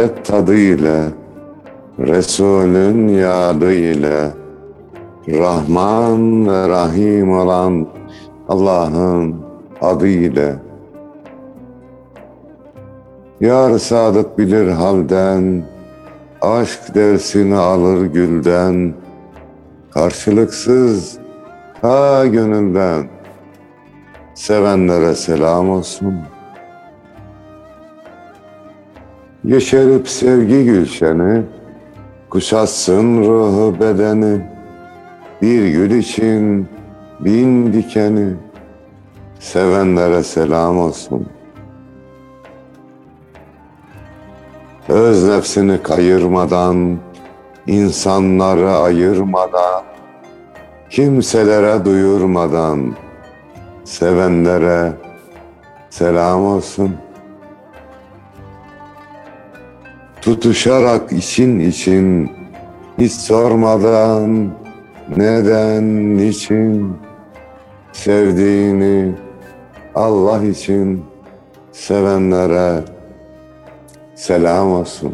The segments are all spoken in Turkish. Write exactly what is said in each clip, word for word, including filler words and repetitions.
hasret tadı ile, Resulün yadı ile, Rahman ve Rahim olan Allah'ın adı ile. Yar sadık bilir halden, aşk dersini alır gülden, karşılıksız ha gönülden, sevenlere selam olsun. Yeşerip sevgi gülşeni, kuşatsın ruhu bedeni, bir gül için bin dikeni, sevenlere selam olsun. Öz nefsini kayırmadan, insanları ayırmadan, kimselere duyurmadan, sevenlere selam olsun. Tutuşarak için için, hiç sormadan, neden, niçin, sevdiğini Allah için sevenlere selam olsun.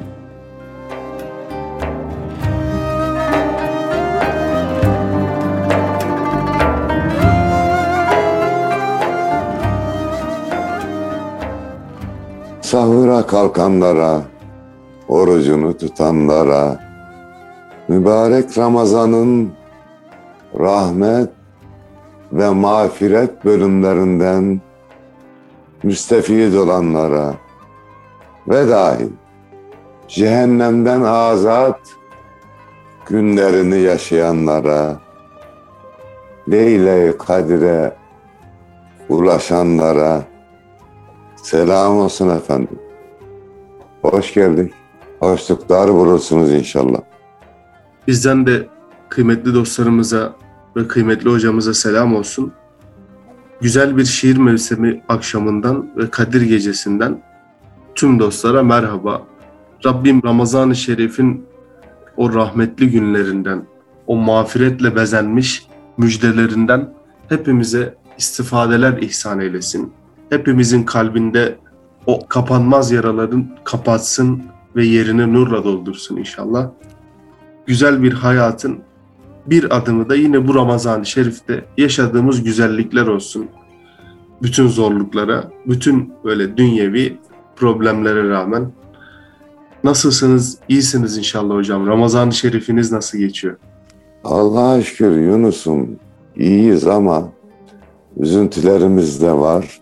Sahura kalkanlara, orucunu tutanlara, mübarek Ramazan'ın rahmet ve mağfiret bölümlerinden müstefid olanlara ve dahil cehennemden azat günlerini yaşayanlara, Leyle-i Kadir'e ulaşanlara selam olsun efendim. Hoş geldik. Hoşluklar bulursunuz inşallah. Bizden de kıymetli dostlarımıza ve kıymetli hocamıza selam olsun. Güzel bir şiir mevsimi akşamından ve Kadir gecesinden tüm dostlara merhaba. Rabbim Ramazan-ı Şerif'in o rahmetli günlerinden, o mağfiretle bezenmiş müjdelerinden hepimize istifadeler ihsan eylesin. Hepimizin kalbinde o kapanmaz yaraların kapatsın ve yerini nurla doldursun inşallah. Güzel bir hayatın bir adımı da yine bu Ramazan-ı Şerif'te yaşadığımız güzellikler olsun. Bütün zorluklara, bütün böyle dünyevi problemlere rağmen. Nasılsınız? İyisiniz inşallah hocam. Ramazan-ı Şerif'iniz nasıl geçiyor? Allah'a şükür Yunus'um, iyiyiz ama üzüntülerimiz de var.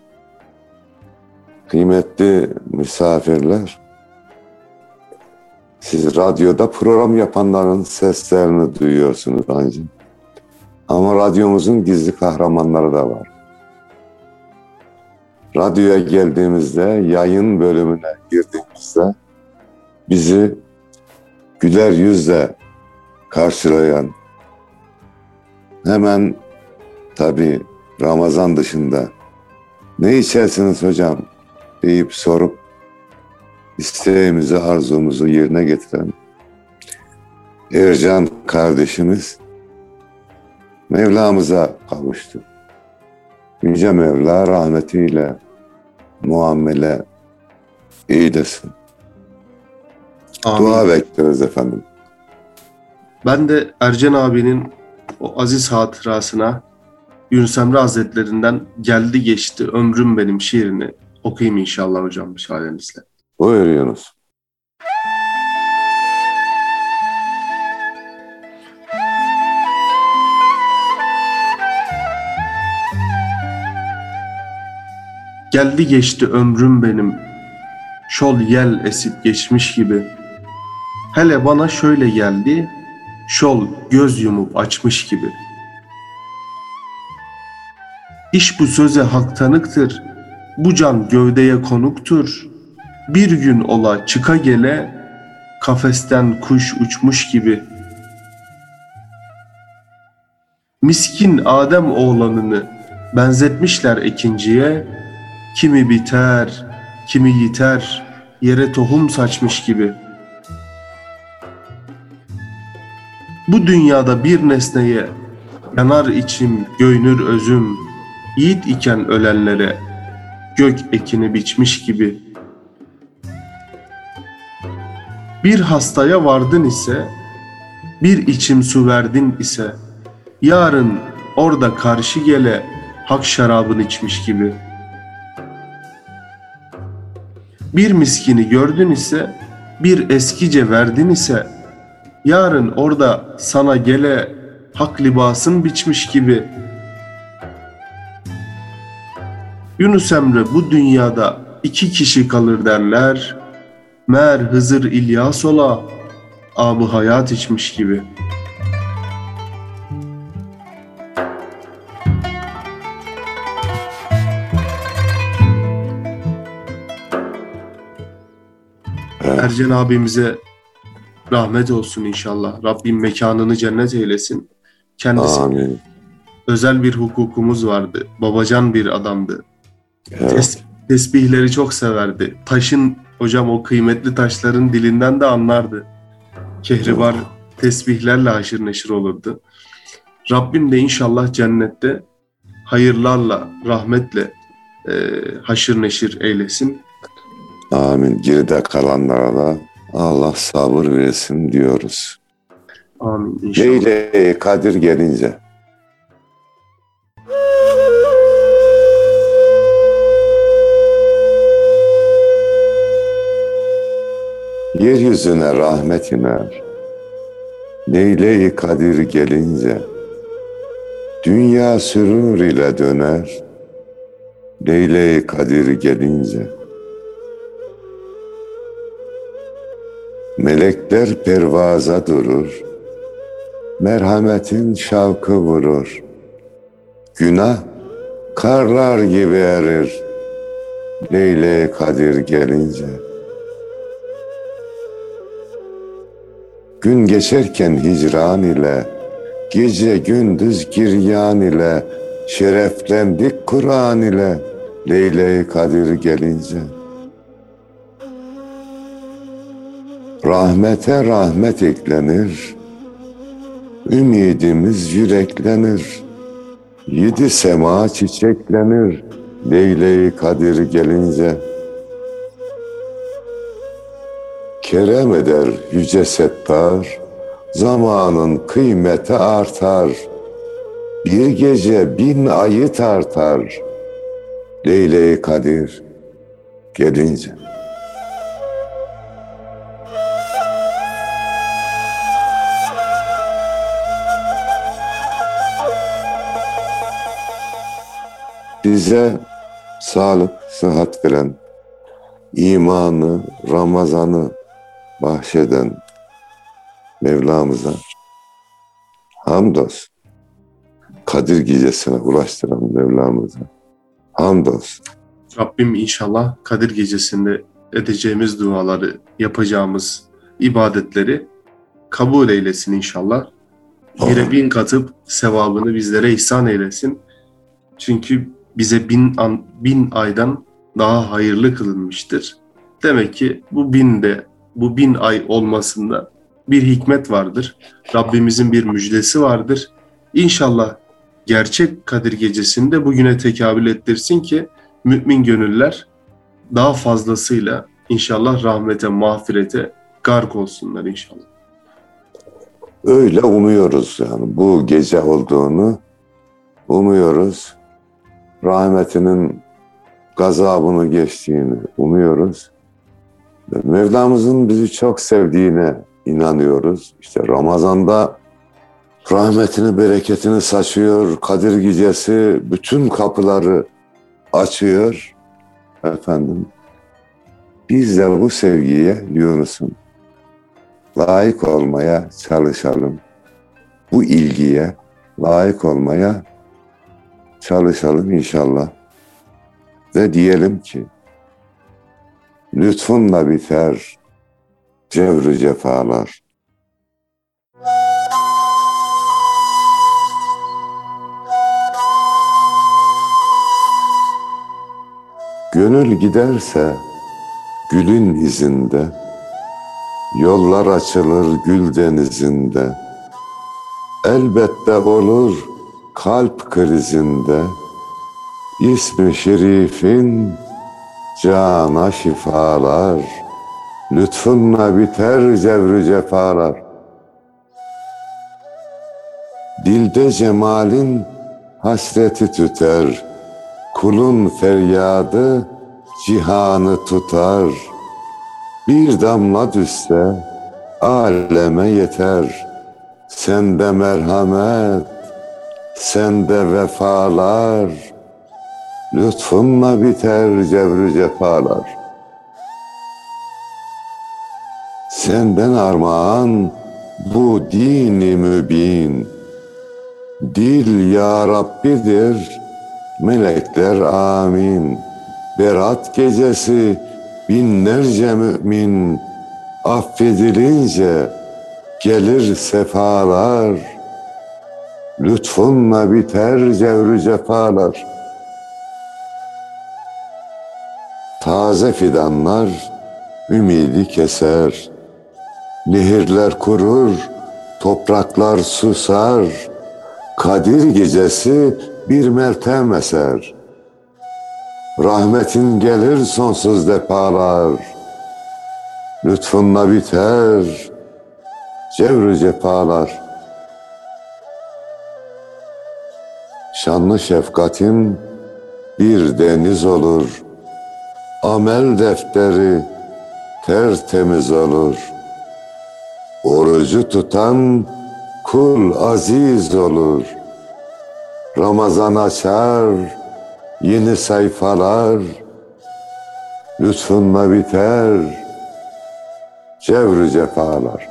Kıymetli misafirler, siz radyoda program yapanların seslerini duyuyorsunuz ancak. Ama radyomuzun gizli kahramanları da var. Radyoya geldiğimizde, yayın bölümüne girdiğimizde bizi güler yüzle karşılayan, hemen tabii Ramazan dışında ne içersiniz hocam deyip sorup isteğimizi, arzumuzu yerine getiren Ercan kardeşimiz Mevlamıza kavuştu. Yüce Mevla rahmetiyle muamele eylesin. Amin. Dua bekliyoruz efendim. Ben de Ercan abinin o aziz hatırasına Yunus Emre Hazretlerinden Geldi Geçti Ömrüm Benim şiirini okuyayım inşallah hocam müsaadenizle. Buyur Yunus. Geldi geçti ömrüm benim, şol yel esip geçmiş gibi. Hele bana şöyle geldi, şol göz yumup açmış gibi. İş bu söze hak tanıktır, bu can gövdeye konuktur. Bir gün ola çıka gele, kafesten kuş uçmuş gibi. Miskin Adem oğlanını benzetmişler ekinciye, kimi biter, kimi yiter, yere tohum saçmış gibi. Bu dünyada bir nesneye yanar içim, göynür özüm, yiğit iken ölenlere gök ekini biçmiş gibi. Bir hastaya vardın ise, bir içim su verdin ise, yarın orada karşı gele hak şarabını içmiş gibi. Bir miskini gördün ise, bir eskice verdin ise, yarın orada sana gele hak libasın biçmiş gibi. Yunus Emre bu dünyada iki kişi kalır derler, meğer Hızır İlyas ola ab-ı hayat içmiş gibi. Ercan abimize rahmet olsun inşallah. Rabbim mekanını cennet eylesin. Kendisi Amin. özel bir hukukumuz vardı. Babacan bir adamdı. Evet. Tes- tesbihleri çok severdi. Taşın, hocam o kıymetli taşların dilinden de anlardı. Kehribar tesbihlerle haşır neşir olurdu. Rabbim de inşallah cennette hayırlarla, rahmetle e, haşır neşir eylesin. Amin. Geride kalanlara da Allah sabır versin diyoruz. Amin inşallah. Leyle Kadir gelince. Yeryüzüne rahmet iner. Leyle Kadir gelince. Dünya sürur ile döner. Leyle Kadir gelince. Melekler pervaza durur, merhametin şavkı vurur. Günah karlar gibi erir, Leyle Kadir gelince. Gün geçerken hicran ile, gece gündüz giryan ile, şereflendik Kur'an ile, Leyle Kadir gelince. Rahmete rahmet eklenir, ümidimiz yüreklenir, yedi sema çiçeklenir, Leyle Kadir gelince. Kerem eder yüce Settar, zamanın kıymeti artar, bir gece bin ayı tartar, Leyle Kadir gelince. Bize sağlık, sıhhat veren, imanı, Ramazan'ı bahşeden Mevlamıza hamdolsun. Kadir gecesine ulaştıran Mevlamıza hamdolsun. Rabbim inşallah Kadir gecesinde edeceğimiz duaları, yapacağımız ibadetleri kabul eylesin inşallah. Bire bin katıp sevabını bizlere ihsan eylesin. Çünkü bize bin, an, bin aydan daha hayırlı kılınmıştır. Demek ki bu binde, bu bin ay olmasında bir hikmet vardır. Rabbimizin bir müjdesi vardır. İnşallah gerçek Kadir gecesinde bugüne tekabül ettirsin ki mümin gönüller daha fazlasıyla inşallah rahmete, mağfirete gark olsunlar inşallah. Öyle umuyoruz yani bu gece olduğunu umuyoruz. Rahmetinin gazabını geçtiğini umuyoruz. Mevlamızın bizi çok sevdiğine inanıyoruz. İşte Ramazan'da rahmetini, bereketini saçıyor. Kadir gecesi bütün kapıları açıyor. Efendim, biz de bu sevgiye Yunus'un layık olmaya çalışalım. Bu ilgiye layık olmaya çalışalım inşallah. Ve diyelim ki lütfunla biter cevr-ü cefalar. Gönül giderse gülün izinde, yollar açılır gül denizinde. Elbette olur kalp krizinde, İsmi şerifin cana şifalar, Lütfunla biter cevrü cefalar. Dilde cemalin hasreti tüter, kulun feryadı cihanı tutar. Bir damla düşse aleme yeter, sende merhamet, sende vefalar. Lütfunla biter cevrü cefalar. Senden armağan bu dini mübin, dil ya Rabbidir, melekler amin. Berat gecesi binlerce mümin, affedilince gelir sefalar. Lütfunla biter cevrü cefalar. Taze fidanlar ümidi keser, nehirler kurur, topraklar susar. Kadir gecesi bir meltem eser, rahmetin gelir sonsuz defalar. Lütfunla biter cevrü cefalar. Şanlı şefkatin bir deniz olur, amel defteri tertemiz olur. Orucu tutan kul aziz olur. Ramazan açar yeni sayfalar. Lütfunla biter cevrü cefalar.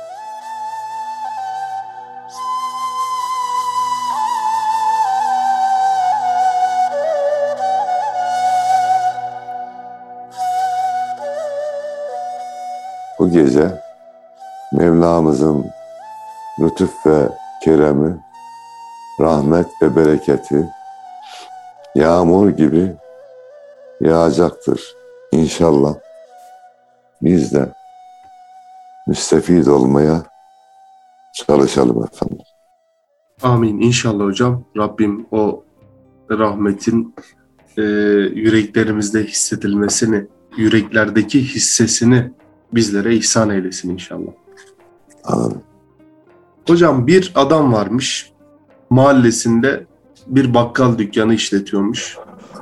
Bu gece Mevlamızın lütuf ve keremi, rahmet ve bereketi yağmur gibi yağacaktır inşallah. Biz de müstefid olmaya çalışalım efendim. Amin. İnşallah hocam. Rabbim o rahmetin e, yüreklerimizde hissedilmesini, yüreklerdeki hissesini bizlere ihsan eylesin inşallah. Amin. Hocam bir adam varmış, mahallesinde bir bakkal dükkanı işletiyormuş.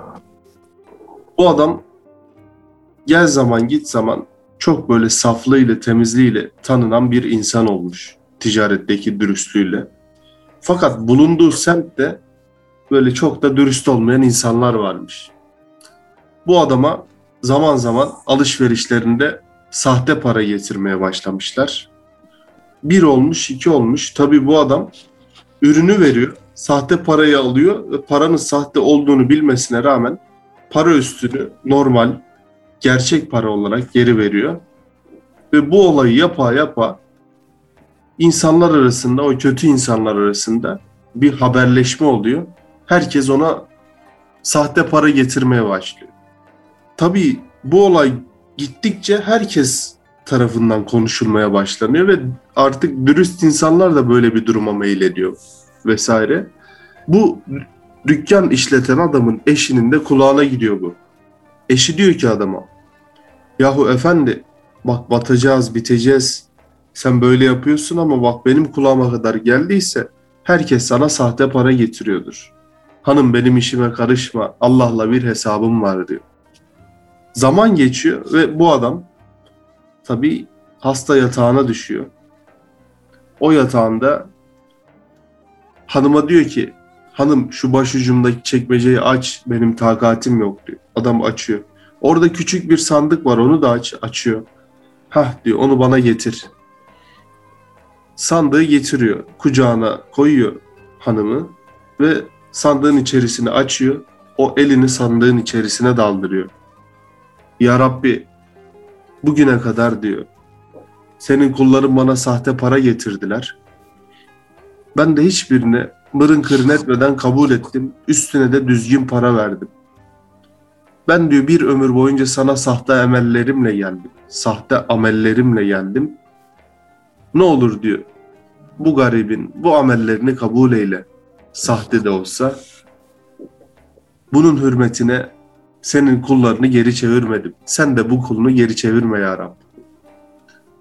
Bu adam gel zaman git zaman çok böyle saflığıyla, temizliğiyle tanınan bir insan olmuş. Ticaretteki dürüstlüğüyle. Fakat bulunduğu semtte böyle çok da dürüst olmayan insanlar varmış. Bu adama zaman zaman alışverişlerinde sahte para getirmeye başlamışlar. Bir olmuş, iki olmuş. Tabii bu adam ürünü veriyor, sahte parayı alıyor ve paranın sahte olduğunu bilmesine rağmen para üstünü normal, gerçek para olarak geri veriyor. Ve bu olayı yapa yapa insanlar arasında, o kötü insanlar arasında bir haberleşme oluyor. Herkes ona sahte para getirmeye başlıyor. Tabii bu olay gittikçe herkes tarafından konuşulmaya başlanıyor ve artık dürüst insanlar da böyle bir duruma meylediyor vesaire. Bu dükkan işleten adamın eşinin de kulağına gidiyor bu. Eşi diyor ki adama, yahu efendi bak batacağız, biteceğiz. Sen böyle yapıyorsun ama bak benim kulağıma kadar geldiyse herkes sana sahte para getiriyordur. Hanım benim işime karışma, Allah'la bir hesabım var diyor. Zaman geçiyor ve bu adam tabii hasta yatağına düşüyor. O yatağında hanıma diyor ki, hanım şu başucumdaki çekmeceyi aç, benim takatim yok diyor. Adam açıyor. Orada küçük bir sandık var, onu da aç, açıyor. Hah diyor, onu bana getir. Sandığı getiriyor, kucağına koyuyor hanımı ve sandığın içerisini açıyor. O elini sandığın içerisine daldırıyor. Ya Rabbi, bugüne kadar diyor, senin kulların bana sahte para getirdiler. Ben de hiçbirine mırın kırın etmeden kabul ettim. Üstüne de düzgün para verdim. Ben diyor bir ömür boyunca sana sahte emellerimle geldim. Sahte amellerimle geldim. Ne olur diyor, bu garibin bu amellerini kabul eyle. Sahte de olsa. Bunun hürmetine senin kullarını geri çevirmedim. Sen de bu kulunu geri çevirme ya Rabbi.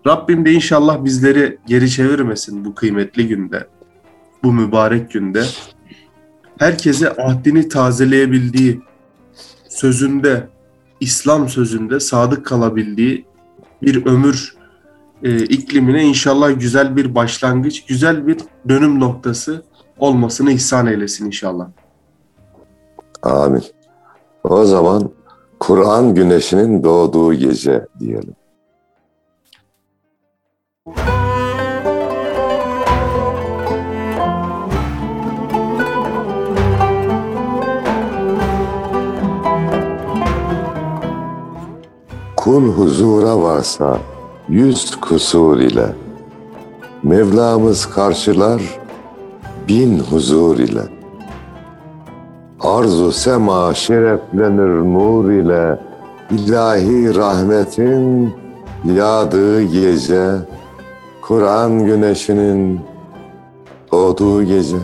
Rabbim de inşallah bizleri geri çevirmesin bu kıymetli günde, bu mübarek günde. Herkese ahdini tazeleyebildiği, sözünde, İslam sözünde sadık kalabildiği bir ömür e, iklimine inşallah güzel bir başlangıç, güzel bir dönüm noktası olmasını ihsan eylesin inşallah. Amin. O zaman Kur'an güneşinin doğduğu gece diyelim. Kul huzura varsa yüz kusur ile, Mevlamız karşılar bin huzur ile. Arzu sema şereflenir nur ile, ilahi rahmetin yağdığı gece, Kur'an güneşinin doğduğu gece.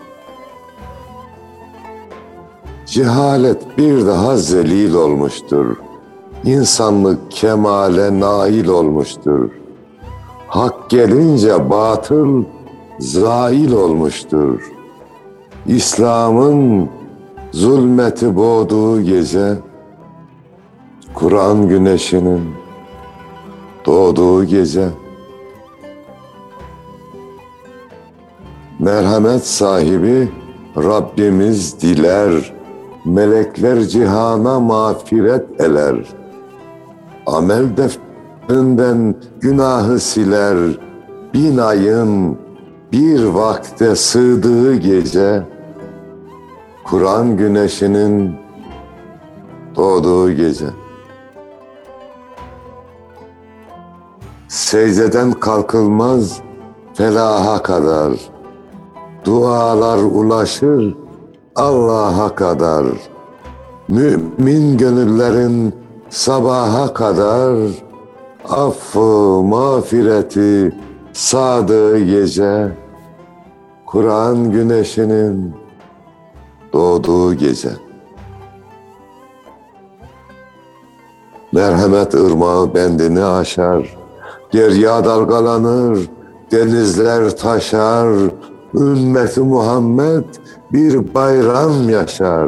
Cehalet bir daha zelil olmuştur. İnsanlık kemale nail olmuştur. Hak gelince batıl zail olmuştur. İslam'ın zulmeti boğduğu gece, Kur'an güneşinin doğduğu gece. Merhamet sahibi Rabbimiz diler, melekler cihana mağfiret eler. Amel defterinden günahı siler, bin ayın bir vakte sığdığı gece, Kur'an güneşinin doğduğu gece. Secdeden kalkılmaz felaha kadar, dualar ulaşır Allah'a kadar. Mümin gönüllerin sabaha kadar, affı mağfireti sağdığı gece, Kur'an güneşinin doğduğu gece. Merhamet ırmağı bendini aşar, derya dalgalanır, denizler taşar, ümmeti Muhammed bir bayram yaşar.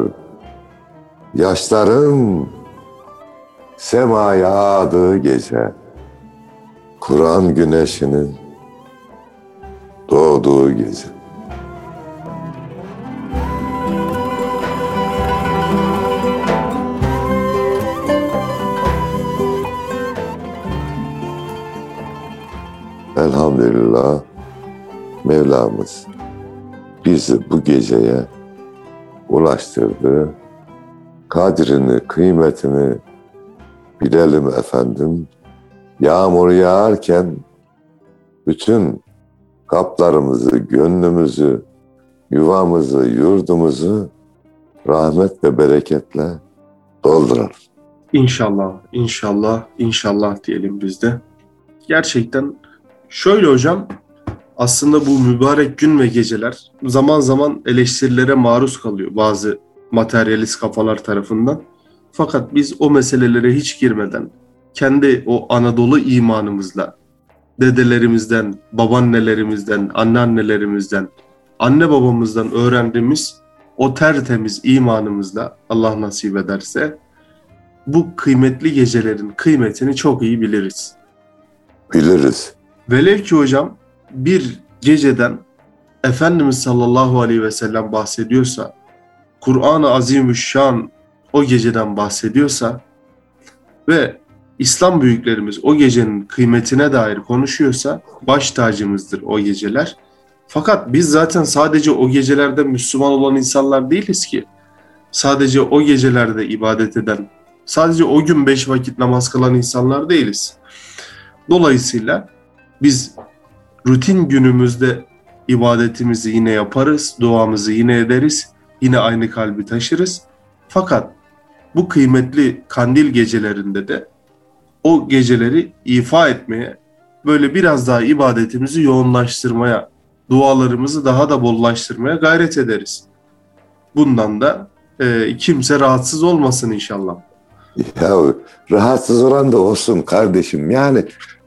Yaşların semaya ağdığı gece, Kur'an güneşinin doğduğu gece. Elhamdülillah Mevlamız bizi bu geceye ulaştırdı. Kadrini, kıymetini bilelim efendim. Yağmur yağarken bütün kaplarımızı, gönlümüzü, yuvamızı, yurdumuzu rahmet ve bereketle dolduralım. İnşallah, inşallah, inşallah diyelim biz de. Gerçekten şöyle hocam, aslında bu mübarek gün ve geceler zaman zaman eleştirilere maruz kalıyor bazı materyalist kafalar tarafından. Fakat biz o meselelere hiç girmeden kendi o Anadolu imanımızla, dedelerimizden, babaannelerimizden, anneannelerimizden, anne babamızdan öğrendiğimiz o tertemiz imanımızla Allah nasip ederse bu kıymetli gecelerin kıymetini çok iyi biliriz. Biliriz. Velev ki hocam bir geceden Efendimiz sallallahu aleyhi ve sellem bahsediyorsa, Kur'an-ı Azimüşşan o geceden bahsediyorsa ve İslam büyüklerimiz o gecenin kıymetine dair konuşuyorsa baş tacımızdır o geceler. Fakat biz zaten sadece o gecelerde Müslüman olan insanlar değiliz ki. Sadece o gecelerde ibadet eden, sadece o gün beş vakit namaz kılan insanlar değiliz. Dolayısıyla biz rutin günümüzde ibadetimizi yine yaparız, duamızı yine ederiz, yine aynı kalbi taşırız. Fakat bu kıymetli kandil gecelerinde de o geceleri ifa etmeye, böyle biraz daha ibadetimizi yoğunlaştırmaya, dualarımızı daha da bollaştırmaya gayret ederiz. Bundan da e, kimse rahatsız olmasın inşallah. Ya rahatsız olan da olsun kardeşim. Yani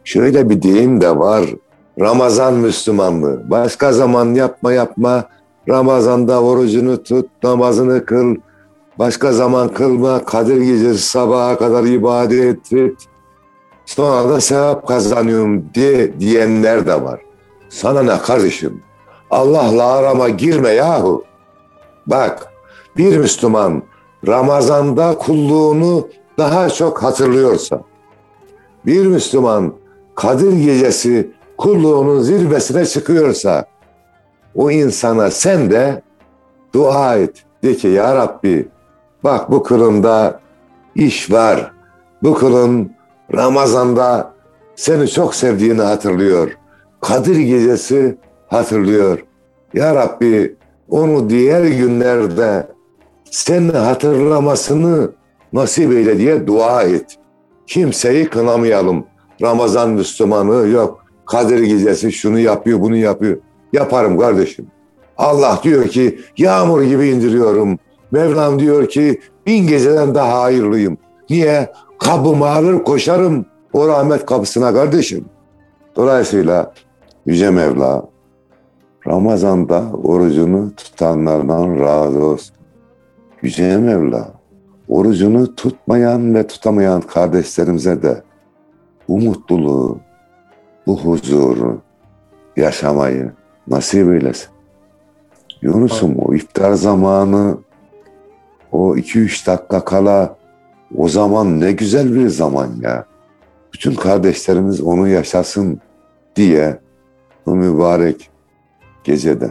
Şöyle bir deyim de var. Ramazan Müslümanlığı. Başka zaman yapma yapma. Ramazan'da orucunu tut, namazını kıl. Başka zaman kılma. Kadir Gecesi sabaha kadar ibadet et. Sonra da sevap kazanıyorum diye diyenler de var. Sana ne kardeşim? Allah'la arama girme yahu. Bak, bir Müslüman Ramazan'da kulluğunu daha çok hatırlıyorsa, bir Müslüman Kadir Gecesi kulluğunun zirvesine çıkıyorsa, o insana sen de dua et. De ki ya Rabbi, bak bu kılında iş var. Bu kılın Ramazan'da seni çok sevdiğini hatırlıyor. Kadir Gecesi hatırlıyor. Ya Rabbi, onu diğer günlerde seni hatırlamasını nasip eyle diye dua et. Kimseyi kınamayalım. Ramazan Müslümanı yok. Kadir Gecesi şunu yapıyor, bunu yapıyor. Yaparım kardeşim. Allah diyor ki yağmur gibi indiriyorum. Mevlam diyor ki bin geceden daha hayırlıyım. Niye? Kabımı alır koşarım o rahmet kapısına kardeşim. Dolayısıyla Yüce Mevla Ramazan'da orucunu tutanlardan razı olsun. Yüce Mevla orucunu tutmayan ve tutamayan kardeşlerimize de bu mutluluğu, bu huzuru yaşamayı nasip eylesin. Yunus'um o iftar zamanı, o iki üç dakika kala, o zaman ne güzel bir zaman ya. Bütün kardeşlerimiz onu yaşasın diye bu mübarek gecede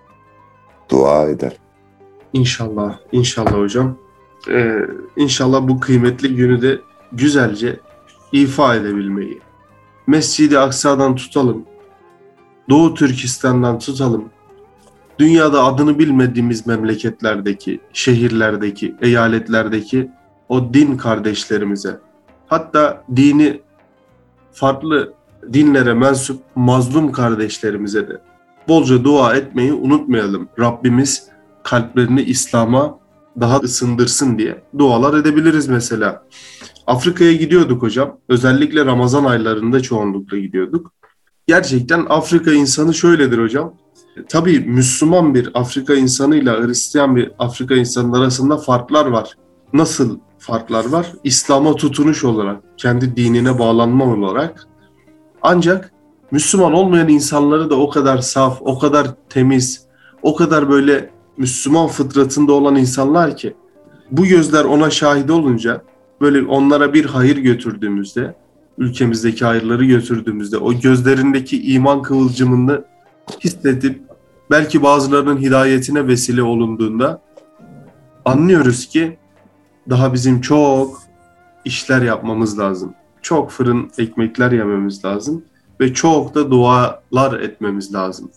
dua eder. İnşallah, inşallah hocam. Ee, inşallah bu kıymetli günü de güzelce ifa edebilmeyi. Mescid-i Aksa'dan tutalım, Doğu Türkistan'dan tutalım, dünyada adını bilmediğimiz memleketlerdeki, şehirlerdeki, eyaletlerdeki o din kardeşlerimize, hatta dini farklı dinlere mensup mazlum kardeşlerimize de bolca dua etmeyi unutmayalım. Rabbimiz kalplerini İslam'a daha ısındırsın diye dualar edebiliriz mesela. Afrika'ya gidiyorduk hocam. Özellikle Ramazan aylarında çoğunlukla gidiyorduk. Gerçekten Afrika insanı şöyledir hocam. Tabii Müslüman bir Afrika insanıyla Hristiyan bir Afrika insanının arasında farklar var. Nasıl farklar var? İslam'a tutunuş olarak, kendi dinine bağlanma olarak. Ancak Müslüman olmayan insanları da o kadar saf, o kadar temiz, o kadar böyle Müslüman fıtratında olan insanlar ki bu gözler ona şahit olunca böyle onlara bir hayır götürdüğümüzde, ülkemizdeki hayırları götürdüğümüzde o gözlerindeki iman kıvılcımını hissedip belki bazılarının hidayetine vesile olunduğunda anlıyoruz ki daha bizim çok işler yapmamız lazım. Çok fırın ekmekler yememiz lazım ve çok da dualar etmemiz lazım.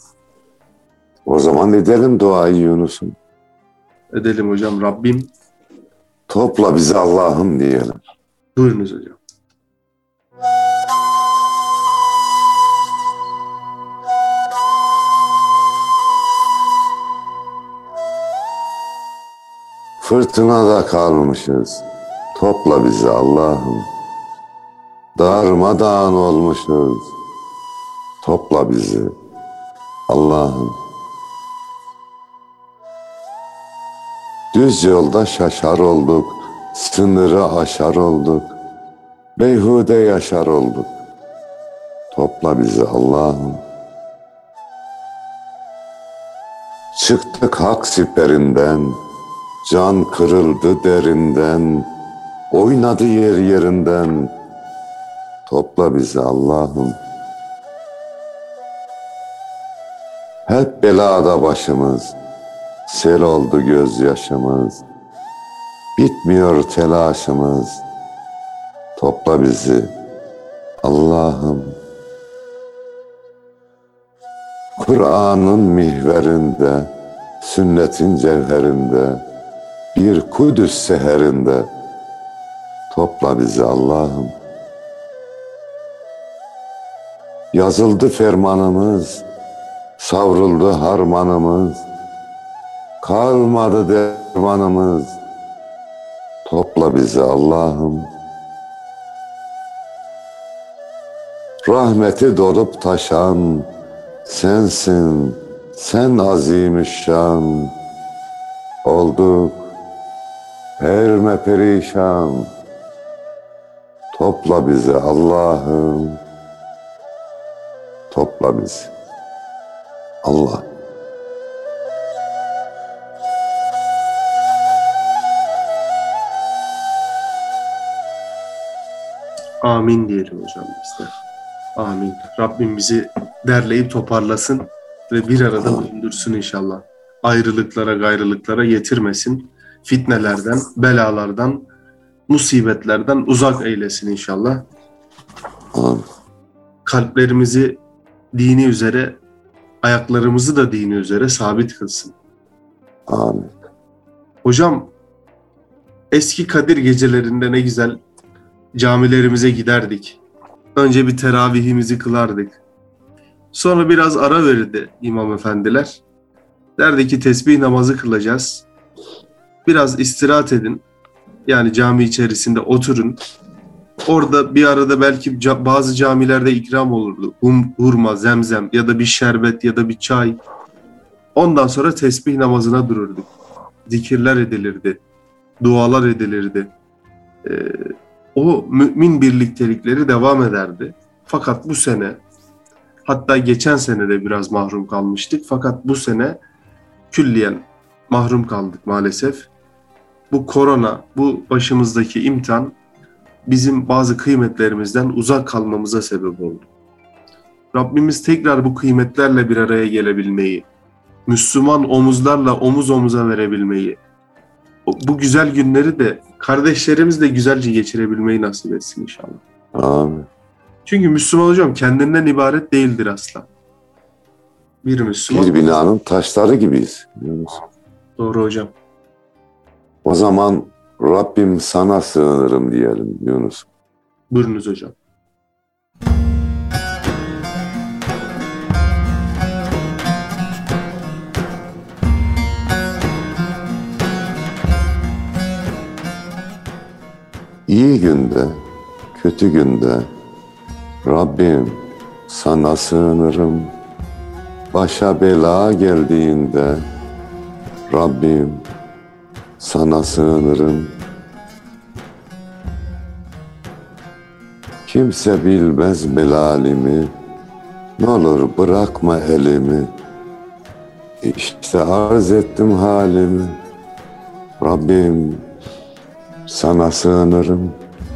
O zaman edelim duayı Yunus'um. Edelim hocam. Rabbim topla bizi Allah'ım diyelim. Buyurunuz hocam. Fırtınada kalmışız. Topla bizi Allah'ım. Darmadağın olmuşuz. Topla bizi Allah'ım. Düz yolda şaşar olduk. Sınırı aşar olduk. Beyhude yaşar olduk. Topla bizi Allah'ım. Çıktık hak siperinden. Can kırıldı derinden. Oynadı yer yerinden. Topla bizi Allah'ım. Hep belada başımız. Sel oldu gözyaşımız. Bitmiyor telaşımız. Topla bizi Allah'ım. Kur'an'ın mihverinde, sünnetin cevherinde, bir Kudüs seherinde topla bizi Allah'ım. Yazıldı fermanımız, savruldu harmanımız, kalmadı dermanımız. Topla bizi Allah'ım. rahmeti dolup taşan sensin, sen azimüşşan. Olduk perme perişan, topla bizi Allah'ım, topla bizi Allah. Amin diyelim hocam biz de. Amin. Rabbim bizi derleyip toparlasın ve bir arada bulundursun inşallah. Ayrılıklara, gayrılıklara getirmesin. Fitnelerden, belalardan, musibetlerden uzak eylesin inşallah. Amin. Kalplerimizi dini üzere, ayaklarımızı da dini üzere sabit kılsın. Amin. Hocam, eski Kadir gecelerinde ne güzel camilerimize giderdik. Önce bir teravihimizi kılardık. Sonra biraz ara verirdi imam efendiler. Derdi ki tesbih namazı kılacağız. Biraz istirahat edin. Yani cami içerisinde oturun. Orada bir arada belki ca- bazı camilerde ikram olurdu. Hum, hurma, zemzem ya da bir şerbet ya da bir çay. Ondan sonra tesbih namazına dururduk. Zikirler edilirdi. Dualar edilirdi. Ee, o mümin birliktelikleri devam ederdi. Fakat bu sene, hatta geçen sene de biraz mahrum kalmıştık. Fakat bu sene külliyen mahrum kaldık maalesef. Bu korona, bu başımızdaki imtihan bizim bazı kıymetlerimizden uzak kalmamıza sebep oldu. Rabbimiz tekrar bu kıymetlerle bir araya gelebilmeyi, Müslüman omuzlarla omuz omuza verebilmeyi, bu güzel günleri de kardeşlerimizle güzelce geçirebilmeyi nasip etsin inşallah. Amin. Çünkü Müslüman hocam kendinden ibaret değildir asla. Bir Müslüman. Bir binanın taşları gibiyiz. Biliyor musun? Doğru hocam. O zaman Rabbim sana sığınırım diyelim Yunus. Buyurunuz hocam. İyi günde, kötü günde Rabbim sana sığınırım. Başa bela geldiğinde Rabbim sana sığınırım. Kimse bilmez melalimi, ne olur bırakma elimi. İşte arz ettim halimi, Rabbim sana sığınırım.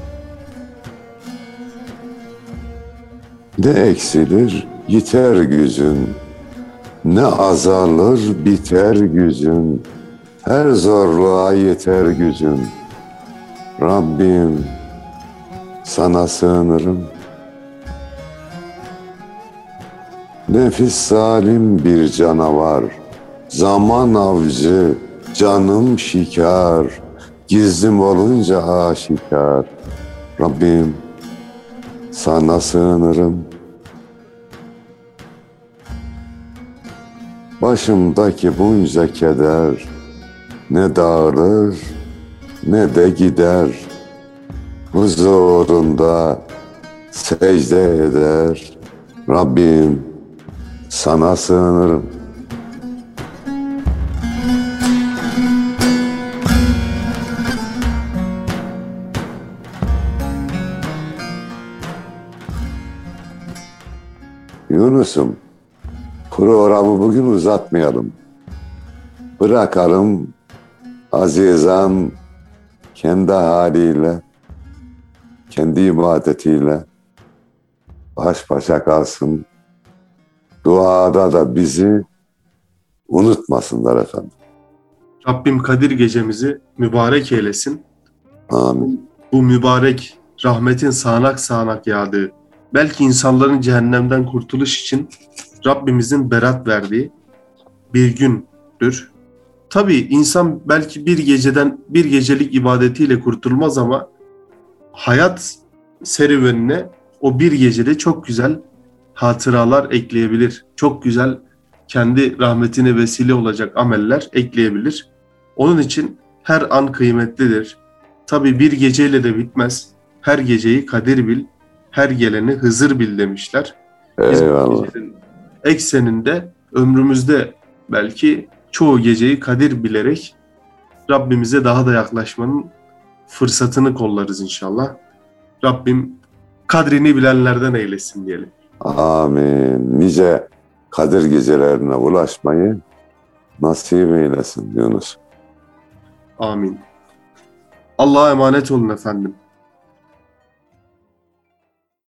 Ne eksilir yiter gücün, ne azalır biter gücün, her zorluğa yeter gücün. Rabbim sana sığınırım. Nefis zalim bir canavar, zaman avcı, canım şikar, gizlim olunca aşikar. Rabbim sana sığınırım. Başımdaki bunca keder ne dağılır ne de gider. Huzurunda secde eder. Rabbim sana sığınırım. Yunus'um, programı bugün uzatmayalım. Bırakalım azizan kendi haliyle, kendi ibadetiyle baş başa kalsın. Duada da bizi unutmasınlar efendim. Rabbim Kadir gecemizi mübarek eylesin. Amin. Bu mübarek rahmetin sağanak sağanak yağdığı, belki insanların cehennemden kurtuluş için Rabbimizin berat verdiği bir gündür. Tabii insan belki bir geceden, bir gecelik ibadetiyle kurtulmaz ama hayat serüvenine o bir gecede çok güzel hatıralar ekleyebilir. Çok güzel kendi rahmetine vesile olacak ameller ekleyebilir. Onun için her an kıymetlidir. Tabii bir geceyle de bitmez. Her geceyi kadir bil, her geleni Hızır bil demişler. Biz bu Eyvallah. gecenin ekseninde ömrümüzde belki çoğu geceyi kadir bilerek Rabbimize daha da yaklaşmanın fırsatını kollarız inşallah. Rabbim kadrini bilenlerden eylesin diyelim. Amin. Nice Kadir gecelerine ulaşmayı nasip eylesin Yunus. Amin. Allah'a emanet olun efendim.